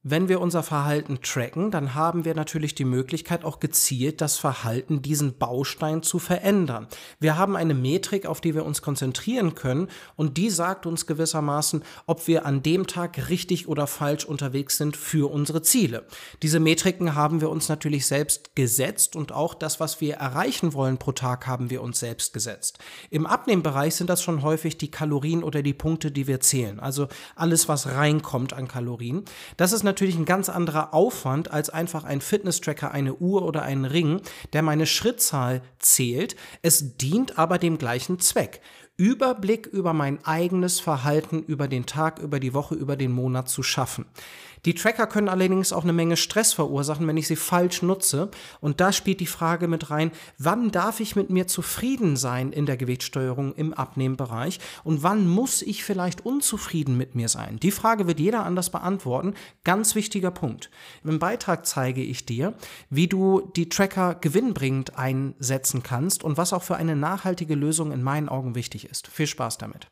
Wenn wir unser Verhalten tracken, dann haben wir natürlich die Möglichkeit, auch gezielt das Verhalten, diesen Baustein zu verändern. Wir haben eine Metrik, auf die wir uns konzentrieren können und die sagt uns gewissermaßen, ob wir an dem Tag richtig oder falsch unterwegs sind für unsere Ziele. Diese Metriken haben wir uns natürlich selbst gesetzt und auch das, was wir erreichen wollen pro Tag, haben wir uns selbst gesetzt. Im Abnehmbereich sind das schon häufig die Kalorien oder die Punkte, die wir zählen, also alles, was reinkommt an Kalorien. Das ist natürlich ein ganz anderer Aufwand als einfach ein Fitness-Tracker, eine Uhr oder einen Ring, der meine Schrittzahl zählt. Es dient aber dem gleichen Zweck. Überblick über mein eigenes Verhalten über den Tag, über die Woche, über den Monat zu schaffen. Die Tracker können allerdings auch eine Menge Stress verursachen, wenn ich sie falsch nutze. Und da spielt die Frage mit rein, wann darf ich mit mir zufrieden sein in der Gewichtssteuerung im Abnehmbereich und wann muss ich vielleicht unzufrieden mit mir sein? Die Frage wird jeder anders beantworten. Ganz wichtiger Punkt. Im Beitrag zeige ich dir, wie du die Tracker gewinnbringend einsetzen kannst und was auch für eine nachhaltige Lösung in meinen Augen wichtig ist. Viel Spaß damit.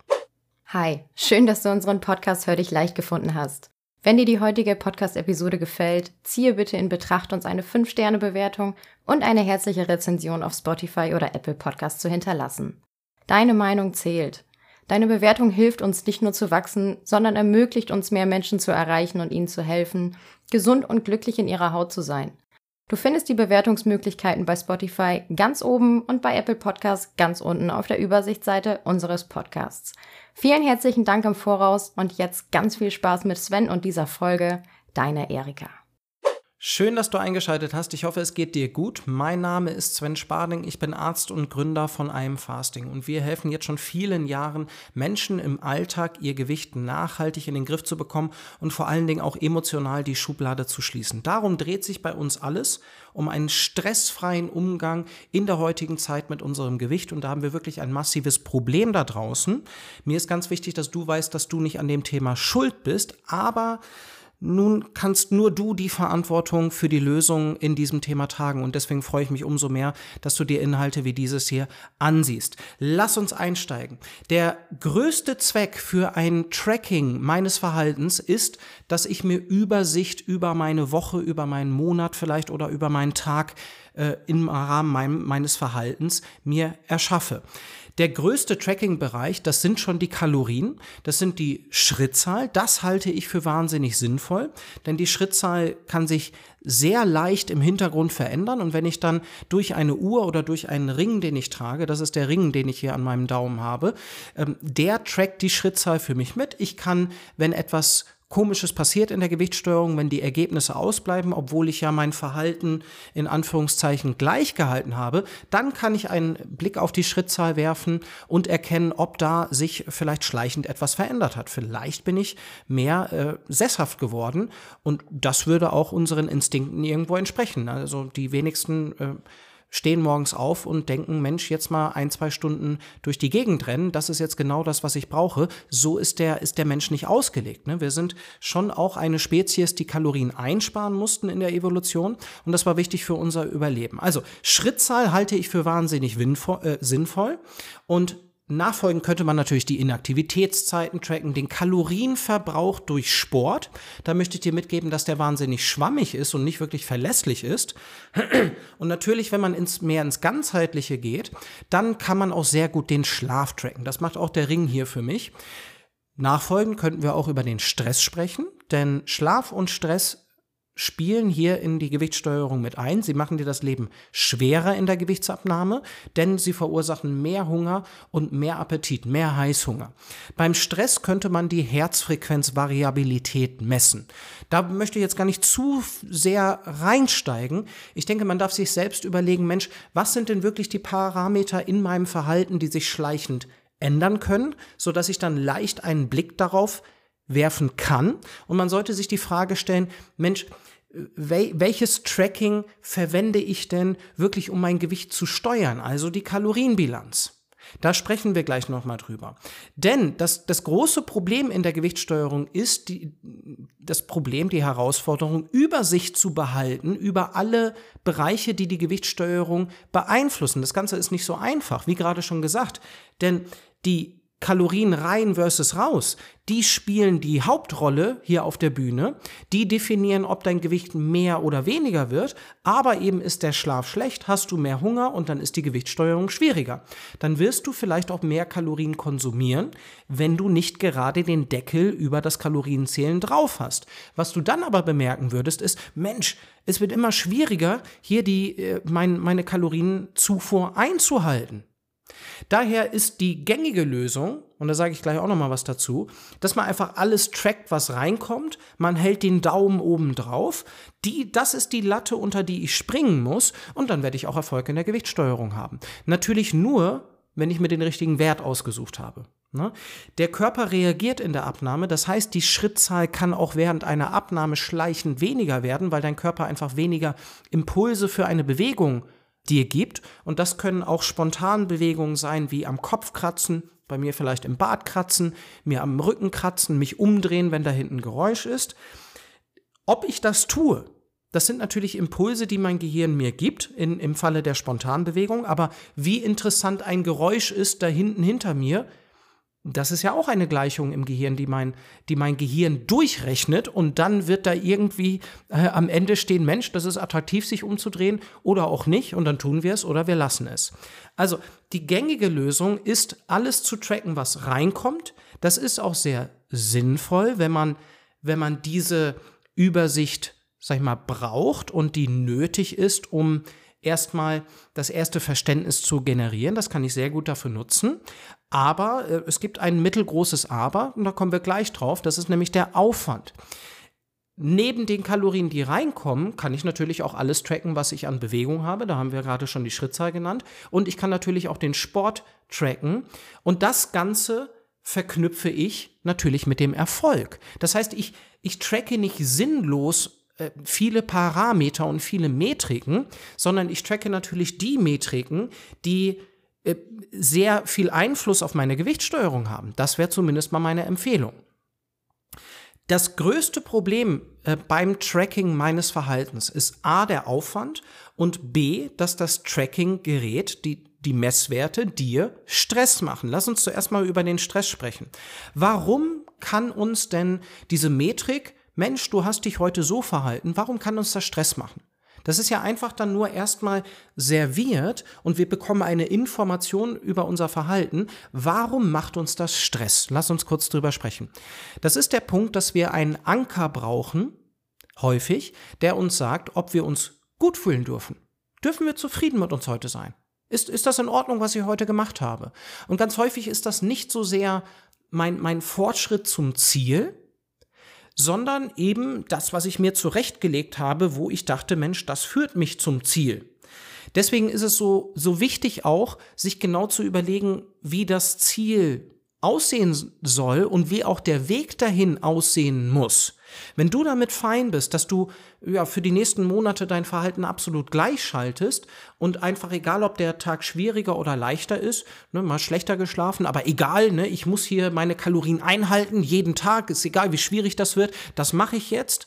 Hi, schön, dass du unseren Podcast Hör dich leicht gefunden hast. Wenn dir die heutige Podcast-Episode gefällt, ziehe bitte in Betracht, uns eine 5-Sterne-Bewertung und eine herzliche Rezension auf Spotify oder Apple Podcasts zu hinterlassen. Deine Meinung zählt. Deine Bewertung hilft uns nicht nur zu wachsen, sondern ermöglicht uns, mehr Menschen zu erreichen und ihnen zu helfen, gesund und glücklich in ihrer Haut zu sein. Du findest die Bewertungsmöglichkeiten bei Spotify ganz oben und bei Apple Podcasts ganz unten auf der Übersichtsseite unseres Podcasts. Vielen herzlichen Dank im Voraus und jetzt ganz viel Spaß mit Sven und dieser Folge. Deine Erika. Schön, dass du eingeschaltet hast. Ich hoffe, es geht dir gut. Mein Name ist Sven Sparding. Ich bin Arzt und Gründer von I Am Fasting. Und wir helfen jetzt schon vielen Jahren Menschen im Alltag, ihr Gewicht nachhaltig in den Griff zu bekommen und vor allen Dingen auch emotional die Schublade zu schließen. Darum dreht sich bei uns alles um einen stressfreien Umgang in der heutigen Zeit mit unserem Gewicht. Und da haben wir wirklich ein massives Problem da draußen. Mir ist ganz wichtig, dass du weißt, dass du nicht an dem Thema schuld bist, aber nun kannst nur du die Verantwortung für die Lösung in diesem Thema tragen und deswegen freue ich mich umso mehr, dass du dir Inhalte wie dieses hier ansiehst. Lass uns einsteigen. Der größte Zweck für ein Tracking meines Verhaltens ist, dass ich mir Übersicht über meine Woche, über meinen Monat vielleicht oder über meinen Tag im Rahmen meines Verhaltens mir erschaffe. Der größte Tracking-Bereich, das sind schon die Kalorien, das sind die Schrittzahl. Das halte ich für wahnsinnig sinnvoll, denn die Schrittzahl kann sich sehr leicht im Hintergrund verändern und wenn ich dann durch eine Uhr oder durch einen Ring, den ich trage, das ist der Ring, den ich hier an meinem Daumen habe, der trackt die Schrittzahl für mich mit. Ich kann, wenn etwas Komisches passiert in der Gewichtssteuerung, wenn die Ergebnisse ausbleiben, obwohl ich ja mein Verhalten in Anführungszeichen gleich gehalten habe, dann kann ich einen Blick auf die Schrittzahl werfen und erkennen, ob da sich vielleicht schleichend etwas verändert hat. Vielleicht bin ich mehr sesshaft geworden und das würde auch unseren Instinkten irgendwo entsprechen. Also die wenigsten stehen morgens auf und denken, Mensch, jetzt mal 1-2 Stunden durch die Gegend rennen, das ist jetzt genau das, was ich brauche. So ist der Mensch nicht ausgelegt. Ne? Wir sind schon auch eine Spezies, die Kalorien einsparen mussten in der Evolution und das war wichtig für unser Überleben. Also Schrittzahl halte ich für wahnsinnig sinnvoll und nachfolgend könnte man natürlich die Inaktivitätszeiten tracken, den Kalorienverbrauch durch Sport. Da möchte ich dir mitgeben, dass der wahnsinnig schwammig ist und nicht wirklich verlässlich ist. Und natürlich, wenn man mehr ins Ganzheitliche geht, dann kann man auch sehr gut den Schlaf tracken. Das macht auch der Ring hier für mich. Nachfolgend könnten wir auch über den Stress sprechen, denn Schlaf und Stress spielen hier in die Gewichtssteuerung mit ein. Sie machen dir das Leben schwerer in der Gewichtsabnahme, denn sie verursachen mehr Hunger und mehr Appetit, mehr Heißhunger. Beim Stress könnte man die Herzfrequenzvariabilität messen. Da möchte ich jetzt gar nicht zu sehr reinsteigen. Ich denke, man darf sich selbst überlegen, Mensch, was sind denn wirklich die Parameter in meinem Verhalten, die sich schleichend ändern können, sodass ich dann leicht einen Blick darauf werfen kann. Und man sollte sich die Frage stellen, Mensch, welches Tracking verwende ich denn wirklich, um mein Gewicht zu steuern? Also die Kalorienbilanz. Da sprechen wir gleich nochmal drüber. Denn das große Problem in der Gewichtssteuerung ist die Herausforderung, Übersicht zu behalten über alle Bereiche, die die Gewichtssteuerung beeinflussen. Das Ganze ist nicht so einfach, wie gerade schon gesagt. Denn die Kalorien rein versus raus, die spielen die Hauptrolle hier auf der Bühne. Die definieren, ob dein Gewicht mehr oder weniger wird. Aber eben ist der Schlaf schlecht, hast du mehr Hunger und dann ist die Gewichtssteuerung schwieriger. Dann wirst du vielleicht auch mehr Kalorien konsumieren, wenn du nicht gerade den Deckel über das Kalorienzählen drauf hast. Was du dann aber bemerken würdest, ist, Mensch, es wird immer schwieriger, hier meine Kalorienzufuhr einzuhalten. Daher ist die gängige Lösung, und da sage ich gleich auch noch mal was dazu, dass man einfach alles trackt, was reinkommt, man hält den Daumen oben drauf, das ist die Latte, unter die ich springen muss, und dann werde ich auch Erfolg in der Gewichtssteuerung haben. Natürlich nur, wenn ich mir den richtigen Wert ausgesucht habe. Der Körper reagiert in der Abnahme, das heißt, die Schrittzahl kann auch während einer Abnahme schleichend weniger werden, weil dein Körper einfach weniger Impulse für eine Bewegung dir gibt. Und das können auch spontan Bewegungen sein, wie am Kopf kratzen, bei mir vielleicht im Bart kratzen, mir am Rücken kratzen, mich umdrehen, wenn da hinten Geräusch ist. Ob ich das tue, das sind natürlich Impulse, die mein Gehirn mir gibt, im Falle der Spontanbewegung. Aber wie interessant ein Geräusch ist da hinten hinter mir, das ist ja auch eine Gleichung im Gehirn, die mein Gehirn durchrechnet, und dann wird da irgendwie am Ende stehen, Mensch, das ist attraktiv, sich umzudrehen oder auch nicht, und dann tun wir es oder wir lassen es. Also die gängige Lösung ist, alles zu tracken, was reinkommt. Das ist auch sehr sinnvoll, wenn man diese Übersicht, sag ich mal, braucht und die nötig ist, um erstmal das erste Verständnis zu generieren. Das kann ich sehr gut dafür nutzen. Aber es gibt ein mittelgroßes Aber, und da kommen wir gleich drauf, das ist nämlich der Aufwand. Neben den Kalorien, die reinkommen, kann ich natürlich auch alles tracken, was ich an Bewegung habe. Da haben wir gerade schon die Schrittzahl genannt. Und ich kann natürlich auch den Sport tracken. Und das Ganze verknüpfe ich natürlich mit dem Erfolg. Das heißt, ich tracke nicht sinnlos viele Parameter und viele Metriken, sondern ich tracke natürlich die Metriken, die sehr viel Einfluss auf meine Gewichtssteuerung haben. Das wäre zumindest mal meine Empfehlung. Das größte Problem beim Tracking meines Verhaltens ist A, der Aufwand, und B, dass das Tracking-Gerät, die Messwerte, dir Stress machen. Lass uns zuerst mal über den Stress sprechen. Warum kann uns denn diese Metrik, Mensch, du hast dich heute so verhalten, warum kann uns das Stress machen? Das ist ja einfach dann nur erstmal serviert und wir bekommen eine Information über unser Verhalten. Warum macht uns das Stress? Lass uns kurz drüber sprechen. Das ist der Punkt, dass wir einen Anker brauchen, häufig, der uns sagt, ob wir uns gut fühlen dürfen. Dürfen wir zufrieden mit uns heute sein? Ist das in Ordnung, was ich heute gemacht habe? Und ganz häufig ist das nicht so sehr mein Fortschritt zum Ziel, sondern eben das, was ich mir zurechtgelegt habe, wo ich dachte, Mensch, das führt mich zum Ziel. Deswegen ist es so wichtig auch, sich genau zu überlegen, wie das Ziel aussehen soll und wie auch der Weg dahin aussehen muss. Wenn du damit fein bist, dass du für die nächsten Monate dein Verhalten absolut gleich schaltest und einfach egal, ob der Tag schwieriger oder leichter ist, mal schlechter geschlafen, aber egal, ich muss hier meine Kalorien einhalten, jeden Tag, ist egal, wie schwierig das wird, das mache ich jetzt.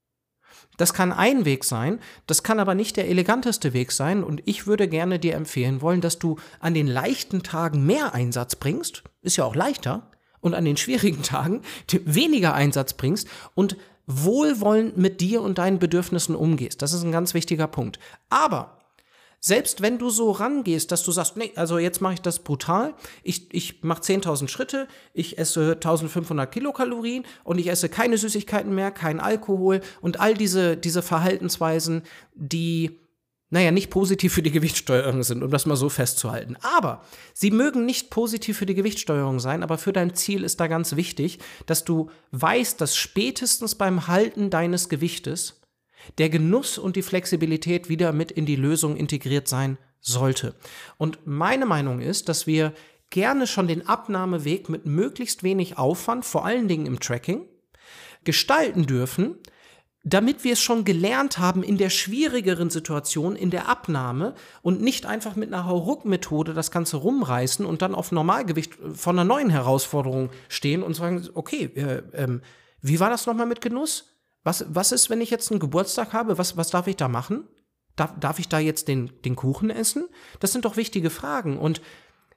Das kann ein Weg sein, das kann aber nicht der eleganteste Weg sein, und ich würde gerne dir empfehlen wollen, dass du an den leichten Tagen mehr Einsatz bringst, ist ja auch leichter, und an den schwierigen Tagen weniger Einsatz bringst und wohlwollend mit dir und deinen Bedürfnissen umgehst. Das ist ein ganz wichtiger Punkt. Aber selbst wenn du so rangehst, dass du sagst, nee, also jetzt mache ich das brutal, ich mache 10.000 Schritte, ich esse 1.500 Kilokalorien und ich esse keine Süßigkeiten mehr, kein Alkohol und all diese Verhaltensweisen, die nicht positiv für die Gewichtssteuerung sind, um das mal so festzuhalten. Aber sie mögen nicht positiv für die Gewichtssteuerung sein, aber für dein Ziel ist da ganz wichtig, dass du weißt, dass spätestens beim Halten deines Gewichtes der Genuss und die Flexibilität wieder mit in die Lösung integriert sein sollte. Und meine Meinung ist, dass wir gerne schon den Abnahmeweg mit möglichst wenig Aufwand, vor allen Dingen im Tracking, gestalten dürfen, damit wir es schon gelernt haben in der schwierigeren Situation, in der Abnahme, und nicht einfach mit einer Hauruck-Methode das Ganze rumreißen und dann auf Normalgewicht vor einer neuen Herausforderung stehen und sagen, okay, wie war das nochmal mit Genuss? Was ist, wenn ich jetzt einen Geburtstag habe? Was darf ich da machen? Darf ich da jetzt den Kuchen essen? Das sind doch wichtige Fragen. Und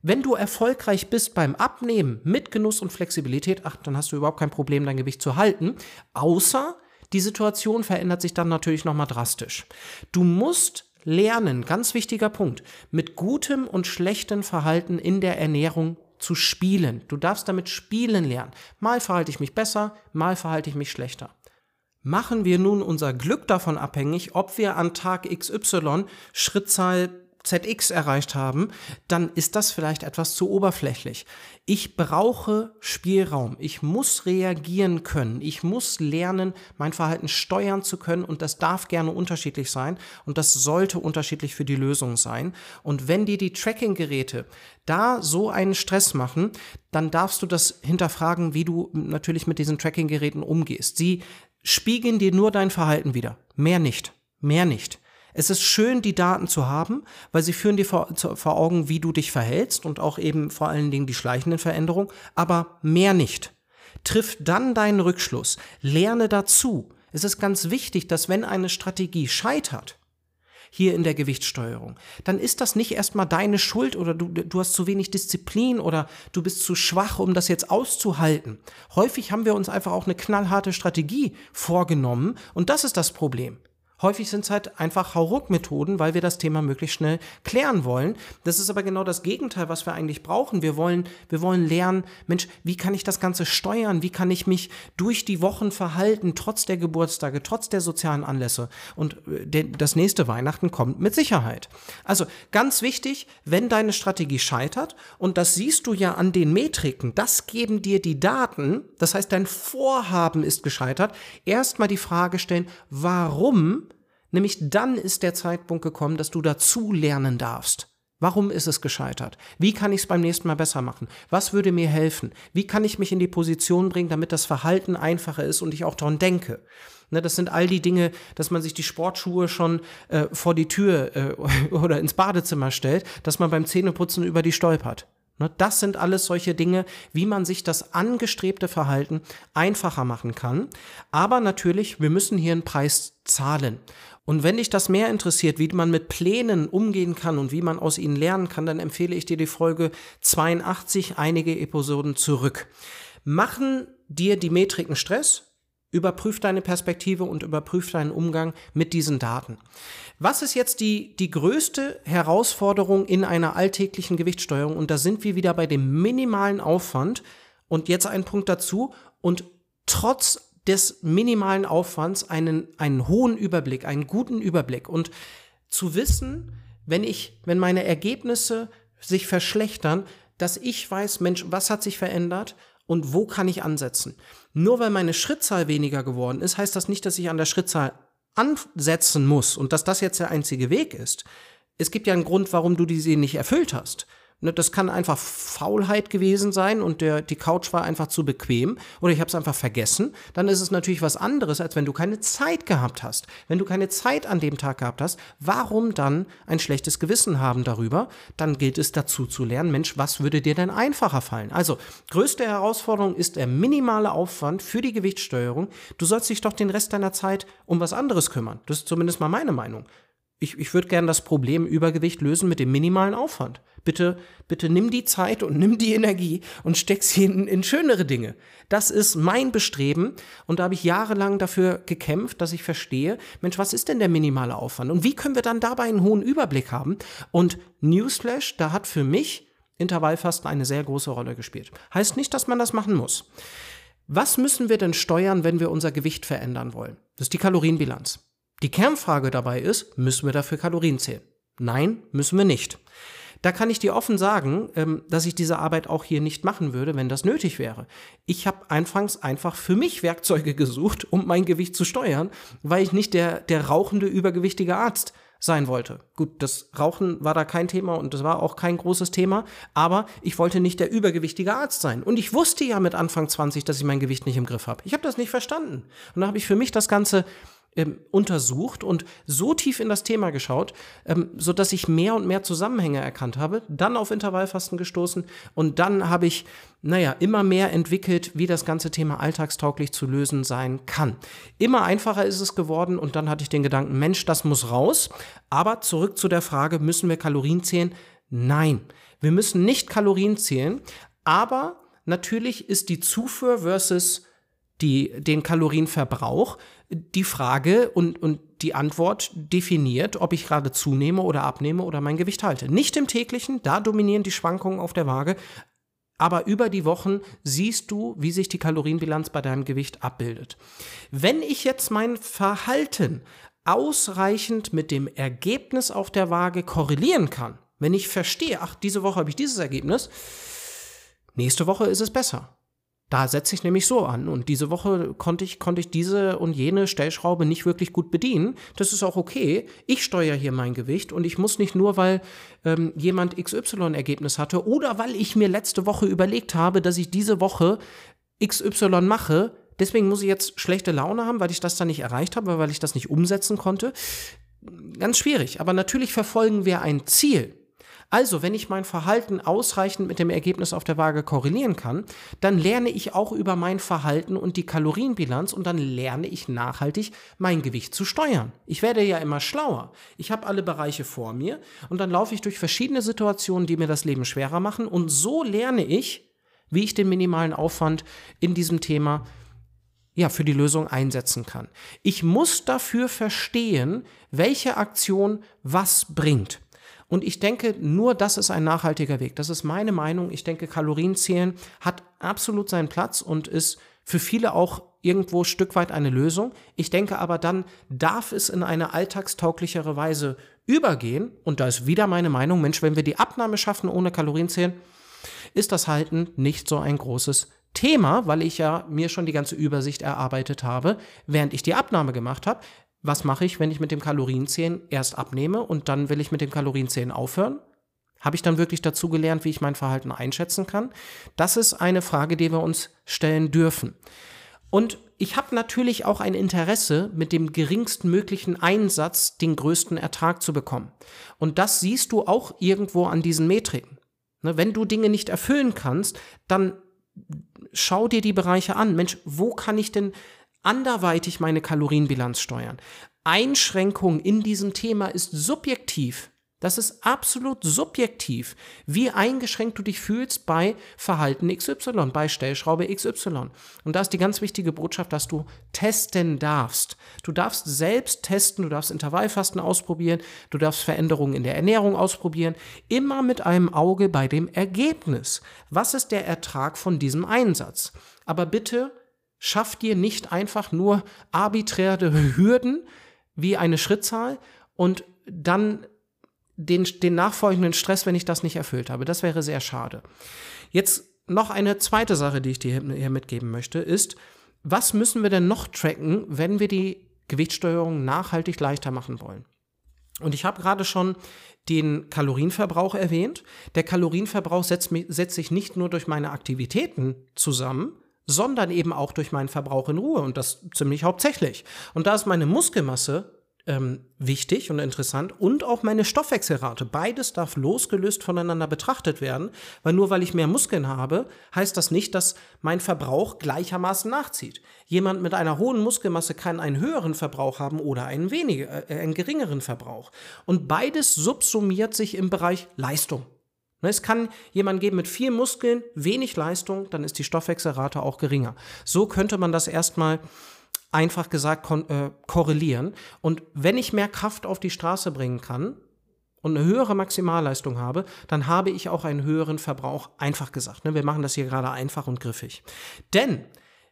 Wenn du erfolgreich bist beim Abnehmen mit Genuss und Flexibilität, dann hast du überhaupt kein Problem, dein Gewicht zu halten, außer die Situation verändert sich dann natürlich nochmal drastisch. Du musst lernen, ganz wichtiger Punkt, mit gutem und schlechtem Verhalten in der Ernährung zu spielen. Du darfst damit spielen lernen. Mal verhalte ich mich besser, mal verhalte ich mich schlechter. Machen wir nun unser Glück davon abhängig, ob wir an Tag XY Schrittzahl ZX erreicht haben, dann ist das vielleicht etwas zu oberflächlich. Ich brauche Spielraum. Ich muss reagieren können. Ich muss lernen, mein Verhalten steuern zu können und das darf gerne unterschiedlich sein und das sollte unterschiedlich für die Lösung sein. Und wenn dir die Tracking-Geräte da so einen Stress machen, dann darfst du das hinterfragen, wie du natürlich mit diesen Tracking-Geräten umgehst. Sie spiegeln dir nur dein Verhalten wider. Mehr nicht. Mehr nicht. Es ist schön, die Daten zu haben, weil sie führen dir vor Augen, wie du dich verhältst und auch eben vor allen Dingen die schleichenden Veränderungen, aber mehr nicht. Triff dann deinen Rückschluss, lerne dazu. Es ist ganz wichtig, dass wenn eine Strategie scheitert, hier in der Gewichtssteuerung, dann ist das nicht erstmal deine Schuld oder du hast zu wenig Disziplin oder du bist zu schwach, um das jetzt auszuhalten. Häufig haben wir uns einfach auch eine knallharte Strategie vorgenommen und das ist das Problem. Häufig sind es halt einfach Hauruck-Methoden, weil wir das Thema möglichst schnell klären wollen. Das ist aber genau das Gegenteil, was wir eigentlich brauchen. Wir wollen lernen, Mensch, wie kann ich das Ganze steuern? Wie kann ich mich durch die Wochen verhalten, trotz der Geburtstage, trotz der sozialen Anlässe? Und das nächste Weihnachten kommt mit Sicherheit. Also ganz wichtig, wenn deine Strategie scheitert, und das siehst du ja an den Metriken, das geben dir die Daten, das heißt, dein Vorhaben ist gescheitert, erstmal die Frage stellen, warum? Nämlich dann ist der Zeitpunkt gekommen, dass du dazu lernen darfst. Warum ist es gescheitert? Wie kann ich es beim nächsten Mal besser machen? Was würde mir helfen? Wie kann ich mich in die Position bringen, damit das Verhalten einfacher ist und ich auch daran denke? Ne, das sind all die Dinge, dass man sich die Sportschuhe schon vor die Tür oder ins Badezimmer stellt, dass man beim Zähneputzen über die stolpert. Das sind alles solche Dinge, wie man sich das angestrebte Verhalten einfacher machen kann. Aber natürlich, wir müssen hier einen Preis zahlen. Und wenn dich das mehr interessiert, wie man mit Plänen umgehen kann und wie man aus ihnen lernen kann, dann empfehle ich dir die Folge 82, einige Episoden zurück. Machen dir die Metriken Stress? Überprüf deine Perspektive und überprüf deinen Umgang mit diesen Daten. Was ist jetzt die größte Herausforderung in einer alltäglichen Gewichtssteuerung? Und da sind wir wieder bei dem minimalen Aufwand. Und jetzt ein Punkt dazu. Und trotz des minimalen Aufwands einen hohen Überblick, einen guten Überblick. Und zu wissen, wenn meine Ergebnisse sich verschlechtern, dass ich weiß, Mensch, was hat sich verändert? Und wo kann ich ansetzen? Nur weil meine Schrittzahl weniger geworden ist, heißt das nicht, dass ich an der Schrittzahl ansetzen muss und dass das jetzt der einzige Weg ist. Es gibt ja einen Grund, warum du diese nicht erfüllt hast. Das kann einfach Faulheit gewesen sein und die Couch war einfach zu bequem oder ich habe es einfach vergessen. Dann ist es natürlich was anderes, als wenn du keine Zeit gehabt hast. Wenn du keine Zeit an dem Tag gehabt hast, warum dann ein schlechtes Gewissen haben darüber? Dann gilt es dazu zu lernen, Mensch, was würde dir denn einfacher fallen? Also, größte Herausforderung ist der minimale Aufwand für die Gewichtssteuerung. Du sollst dich doch den Rest deiner Zeit um was anderes kümmern. Das ist zumindest mal meine Meinung. Ich würde gerne das Problem Übergewicht lösen mit dem minimalen Aufwand. Bitte nimm die Zeit und nimm die Energie und steck sie in schönere Dinge. Das ist mein Bestreben und da habe ich jahrelang dafür gekämpft, dass ich verstehe, Mensch, was ist denn der minimale Aufwand und wie können wir dann dabei einen hohen Überblick haben? Und Newsflash, da hat für mich Intervallfasten eine sehr große Rolle gespielt. Heißt nicht, dass man das machen muss. Was müssen wir denn steuern, wenn wir unser Gewicht verändern wollen? Das ist die Kalorienbilanz. Die Kernfrage dabei ist, müssen wir dafür Kalorien zählen? Nein, müssen wir nicht. Da kann ich dir offen sagen, dass ich diese Arbeit auch hier nicht machen würde, wenn das nötig wäre. Ich habe anfangs einfach für mich Werkzeuge gesucht, um mein Gewicht zu steuern, weil ich nicht der rauchende, übergewichtige Arzt sein wollte. Gut, das Rauchen war da kein Thema und das war auch kein großes Thema, aber ich wollte nicht der übergewichtige Arzt sein. Und ich wusste ja mit Anfang 20, dass ich mein Gewicht nicht im Griff habe. Ich habe das nicht verstanden. Und da habe ich für mich das Ganze untersucht und so tief in das Thema geschaut, sodass ich mehr und mehr Zusammenhänge erkannt habe, dann auf Intervallfasten gestoßen und dann habe ich, immer mehr entwickelt, wie das ganze Thema alltagstauglich zu lösen sein kann. Immer einfacher ist es geworden und dann hatte ich den Gedanken, Mensch, das muss raus, aber zurück zu der Frage, müssen wir Kalorien zählen? Nein. Wir müssen nicht Kalorien zählen, aber natürlich ist die Zufuhr versus den Kalorienverbrauch die Frage und die Antwort definiert, ob ich gerade zunehme oder abnehme oder mein Gewicht halte. Nicht im täglichen, da dominieren die Schwankungen auf der Waage, aber über die Wochen siehst du, wie sich die Kalorienbilanz bei deinem Gewicht abbildet. Wenn ich jetzt mein Verhalten ausreichend mit dem Ergebnis auf der Waage korrelieren kann, wenn ich verstehe, ach, diese Woche habe ich dieses Ergebnis, nächste Woche ist es besser. Da setze ich nämlich so an und diese Woche konnte ich diese und jene Stellschraube nicht wirklich gut bedienen. Das ist auch okay. Ich steuere hier mein Gewicht und ich muss nicht nur, weil jemand XY-Ergebnis hatte oder weil ich mir letzte Woche überlegt habe, dass ich diese Woche XY mache, deswegen muss ich jetzt schlechte Laune haben, weil ich das dann nicht erreicht habe, weil ich das nicht umsetzen konnte. Ganz schwierig, aber natürlich verfolgen wir ein Ziel. Also, wenn ich mein Verhalten ausreichend mit dem Ergebnis auf der Waage korrelieren kann, dann lerne ich auch über mein Verhalten und die Kalorienbilanz und dann lerne ich nachhaltig, mein Gewicht zu steuern. Ich werde ja immer schlauer. Ich habe alle Bereiche vor mir und dann laufe ich durch verschiedene Situationen, die mir das Leben schwerer machen und so lerne ich, wie ich den minimalen Aufwand in diesem Thema für die Lösung einsetzen kann. Ich muss dafür verstehen, welche Aktion was bringt. Und ich denke, nur das ist ein nachhaltiger Weg. Das ist meine Meinung. Ich denke, Kalorienzählen hat absolut seinen Platz und ist für viele auch irgendwo ein Stück weit eine Lösung. Ich denke aber, dann darf es in eine alltagstauglichere Weise übergehen. Und da ist wieder meine Meinung, Mensch, wenn wir die Abnahme schaffen ohne Kalorienzählen, ist das Halten nicht so ein großes Thema, weil ich ja mir schon die ganze Übersicht erarbeitet habe, während ich die Abnahme gemacht habe. Was mache ich, wenn ich mit dem Kalorienzählen erst abnehme und dann will ich mit dem Kalorienzählen aufhören? Habe ich dann wirklich dazu gelernt, wie ich mein Verhalten einschätzen kann? Das ist eine Frage, die wir uns stellen dürfen. Und ich habe natürlich auch ein Interesse, mit dem geringstmöglichen Einsatz den größten Ertrag zu bekommen. Und das siehst du auch irgendwo an diesen Metriken. Wenn du Dinge nicht erfüllen kannst, dann schau dir die Bereiche an. Mensch, wo kann ich denn anderweitig meine Kalorienbilanz steuern? Einschränkung in diesem Thema ist subjektiv. Das ist absolut subjektiv, wie eingeschränkt du dich fühlst bei Verhalten XY, bei Stellschraube XY. Und da ist die ganz wichtige Botschaft, dass du testen darfst. Du darfst selbst testen, du darfst Intervallfasten ausprobieren, du darfst Veränderungen in der Ernährung ausprobieren, immer mit einem Auge bei dem Ergebnis. Was ist der Ertrag von diesem Einsatz? Aber bitte schaff dir nicht einfach nur arbiträre Hürden wie eine Schrittzahl und dann den nachfolgenden Stress, wenn ich das nicht erfüllt habe. Das wäre sehr schade. Jetzt noch eine zweite Sache, die ich dir hier mitgeben möchte, ist, was müssen wir denn noch tracken, wenn wir die Gewichtssteuerung nachhaltig leichter machen wollen? Und ich habe gerade schon den Kalorienverbrauch erwähnt. Der Kalorienverbrauch setzt sich nicht nur durch meine Aktivitäten zusammen, sondern eben auch durch meinen Verbrauch in Ruhe und das ziemlich hauptsächlich. Und da ist meine Muskelmasse wichtig und interessant und auch meine Stoffwechselrate. Beides darf losgelöst voneinander betrachtet werden, weil nur weil ich mehr Muskeln habe, heißt das nicht, dass mein Verbrauch gleichermaßen nachzieht. Jemand mit einer hohen Muskelmasse kann einen höheren Verbrauch haben oder einen geringeren Verbrauch. Und beides subsumiert sich im Bereich Leistung. Es kann jemanden geben mit viel Muskeln, wenig Leistung, dann ist die Stoffwechselrate auch geringer. So könnte man das erstmal einfach gesagt korrelieren. Und wenn ich mehr Kraft auf die Straße bringen kann und eine höhere Maximalleistung habe, dann habe ich auch einen höheren Verbrauch, einfach gesagt. Wir machen das hier gerade einfach und griffig. Denn,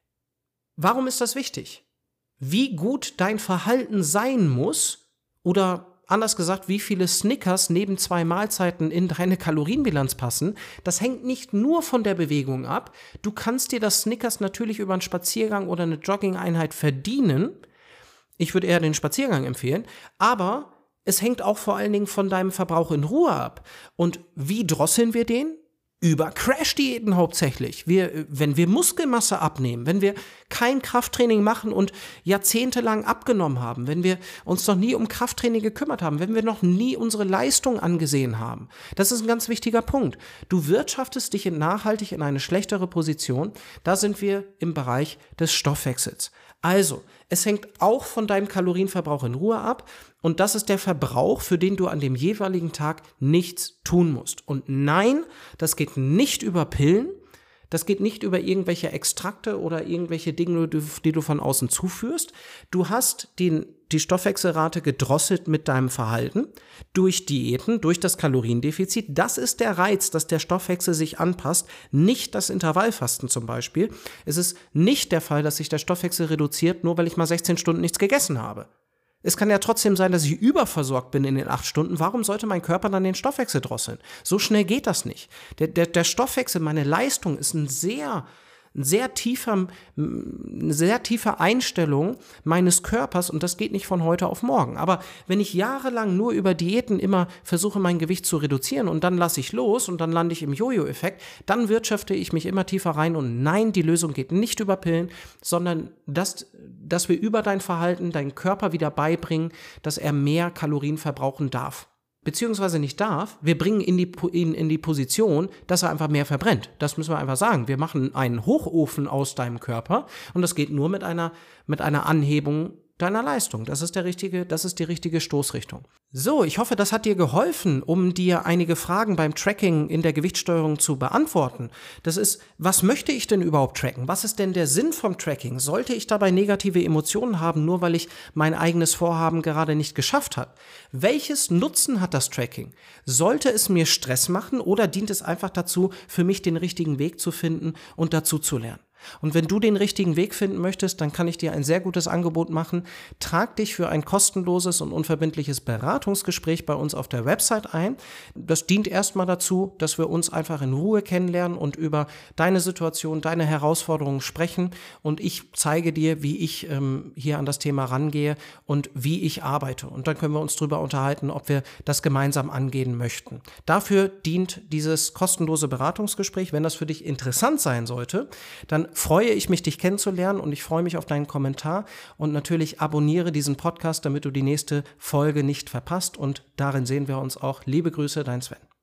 warum ist das wichtig? Wie gut dein Verhalten sein muss oder anders gesagt, wie viele Snickers neben 2 Mahlzeiten in deine Kalorienbilanz passen, das hängt nicht nur von der Bewegung ab. Du kannst dir das Snickers natürlich über einen Spaziergang oder eine Jogging-Einheit verdienen. Ich würde eher den Spaziergang empfehlen. Aber es hängt auch vor allen Dingen von deinem Verbrauch in Ruhe ab. Und wie drosseln wir den? Über Crash-Diäten hauptsächlich. Wenn wir Muskelmasse abnehmen, wenn wir kein Krafttraining machen und jahrzehntelang abgenommen haben, wenn wir uns noch nie um Krafttraining gekümmert haben, wenn wir noch nie unsere Leistung angesehen haben. Das ist ein ganz wichtiger Punkt. Du wirtschaftest dich nachhaltig in eine schlechtere Position. Da sind wir im Bereich des Stoffwechsels. Also, es hängt auch von deinem Kalorienverbrauch in Ruhe ab und das ist der Verbrauch, für den du an dem jeweiligen Tag nichts tun musst. Und nein, das geht nicht über Pillen, das geht nicht über irgendwelche Extrakte oder irgendwelche Dinge, die du von außen zuführst. Du hast die Stoffwechselrate gedrosselt mit deinem Verhalten durch Diäten, durch das Kaloriendefizit. Das ist der Reiz, dass der Stoffwechsel sich anpasst, nicht das Intervallfasten zum Beispiel. Es ist nicht der Fall, dass sich der Stoffwechsel reduziert, nur weil ich mal 16 Stunden nichts gegessen habe. Es kann ja trotzdem sein, dass ich überversorgt bin in den 8 Stunden. Warum sollte mein Körper dann den Stoffwechsel drosseln? So schnell geht das nicht. Der Stoffwechsel, meine Leistung ist eine sehr tiefe Einstellung meines Körpers und das geht nicht von heute auf morgen. Aber wenn ich jahrelang nur über Diäten immer versuche, mein Gewicht zu reduzieren und dann lasse ich los und dann lande ich im Jojo-Effekt, dann wirtschafte ich mich immer tiefer rein und nein, die Lösung geht nicht über Pillen, sondern dass wir über dein Verhalten deinen Körper wieder beibringen, dass er mehr Kalorien verbrauchen darf. Beziehungsweise nicht darf, wir bringen ihn in die Position, dass er einfach mehr verbrennt. Das müssen wir einfach sagen. Wir machen einen Hochofen aus deinem Körper und das geht nur mit einer Anhebung deiner Leistung. Das ist die richtige Stoßrichtung. So, ich hoffe, das hat dir geholfen, um dir einige Fragen beim Tracking in der Gewichtssteuerung zu beantworten. Das ist, was möchte ich denn überhaupt tracken? Was ist denn der Sinn vom Tracking? Sollte ich dabei negative Emotionen haben, nur weil ich mein eigenes Vorhaben gerade nicht geschafft habe? Welches Nutzen hat das Tracking? Sollte es mir Stress machen oder dient es einfach dazu, für mich den richtigen Weg zu finden und dazu zu lernen? Und wenn du den richtigen Weg finden möchtest, dann kann ich dir ein sehr gutes Angebot machen. Trag dich für ein kostenloses und unverbindliches Beratungsgespräch bei uns auf der Website ein. Das dient erstmal dazu, dass wir uns einfach in Ruhe kennenlernen und über deine Situation, deine Herausforderungen sprechen. Und ich zeige dir, wie ich hier an das Thema rangehe und wie ich arbeite. Und dann können wir uns darüber unterhalten, ob wir das gemeinsam angehen möchten. Dafür dient dieses kostenlose Beratungsgespräch. Wenn das für dich interessant sein sollte, dann freue ich mich, dich kennenzulernen und ich freue mich auf deinen Kommentar und natürlich abonniere diesen Podcast, damit du die nächste Folge nicht verpasst und darin sehen wir uns auch. Liebe Grüße, dein Sven.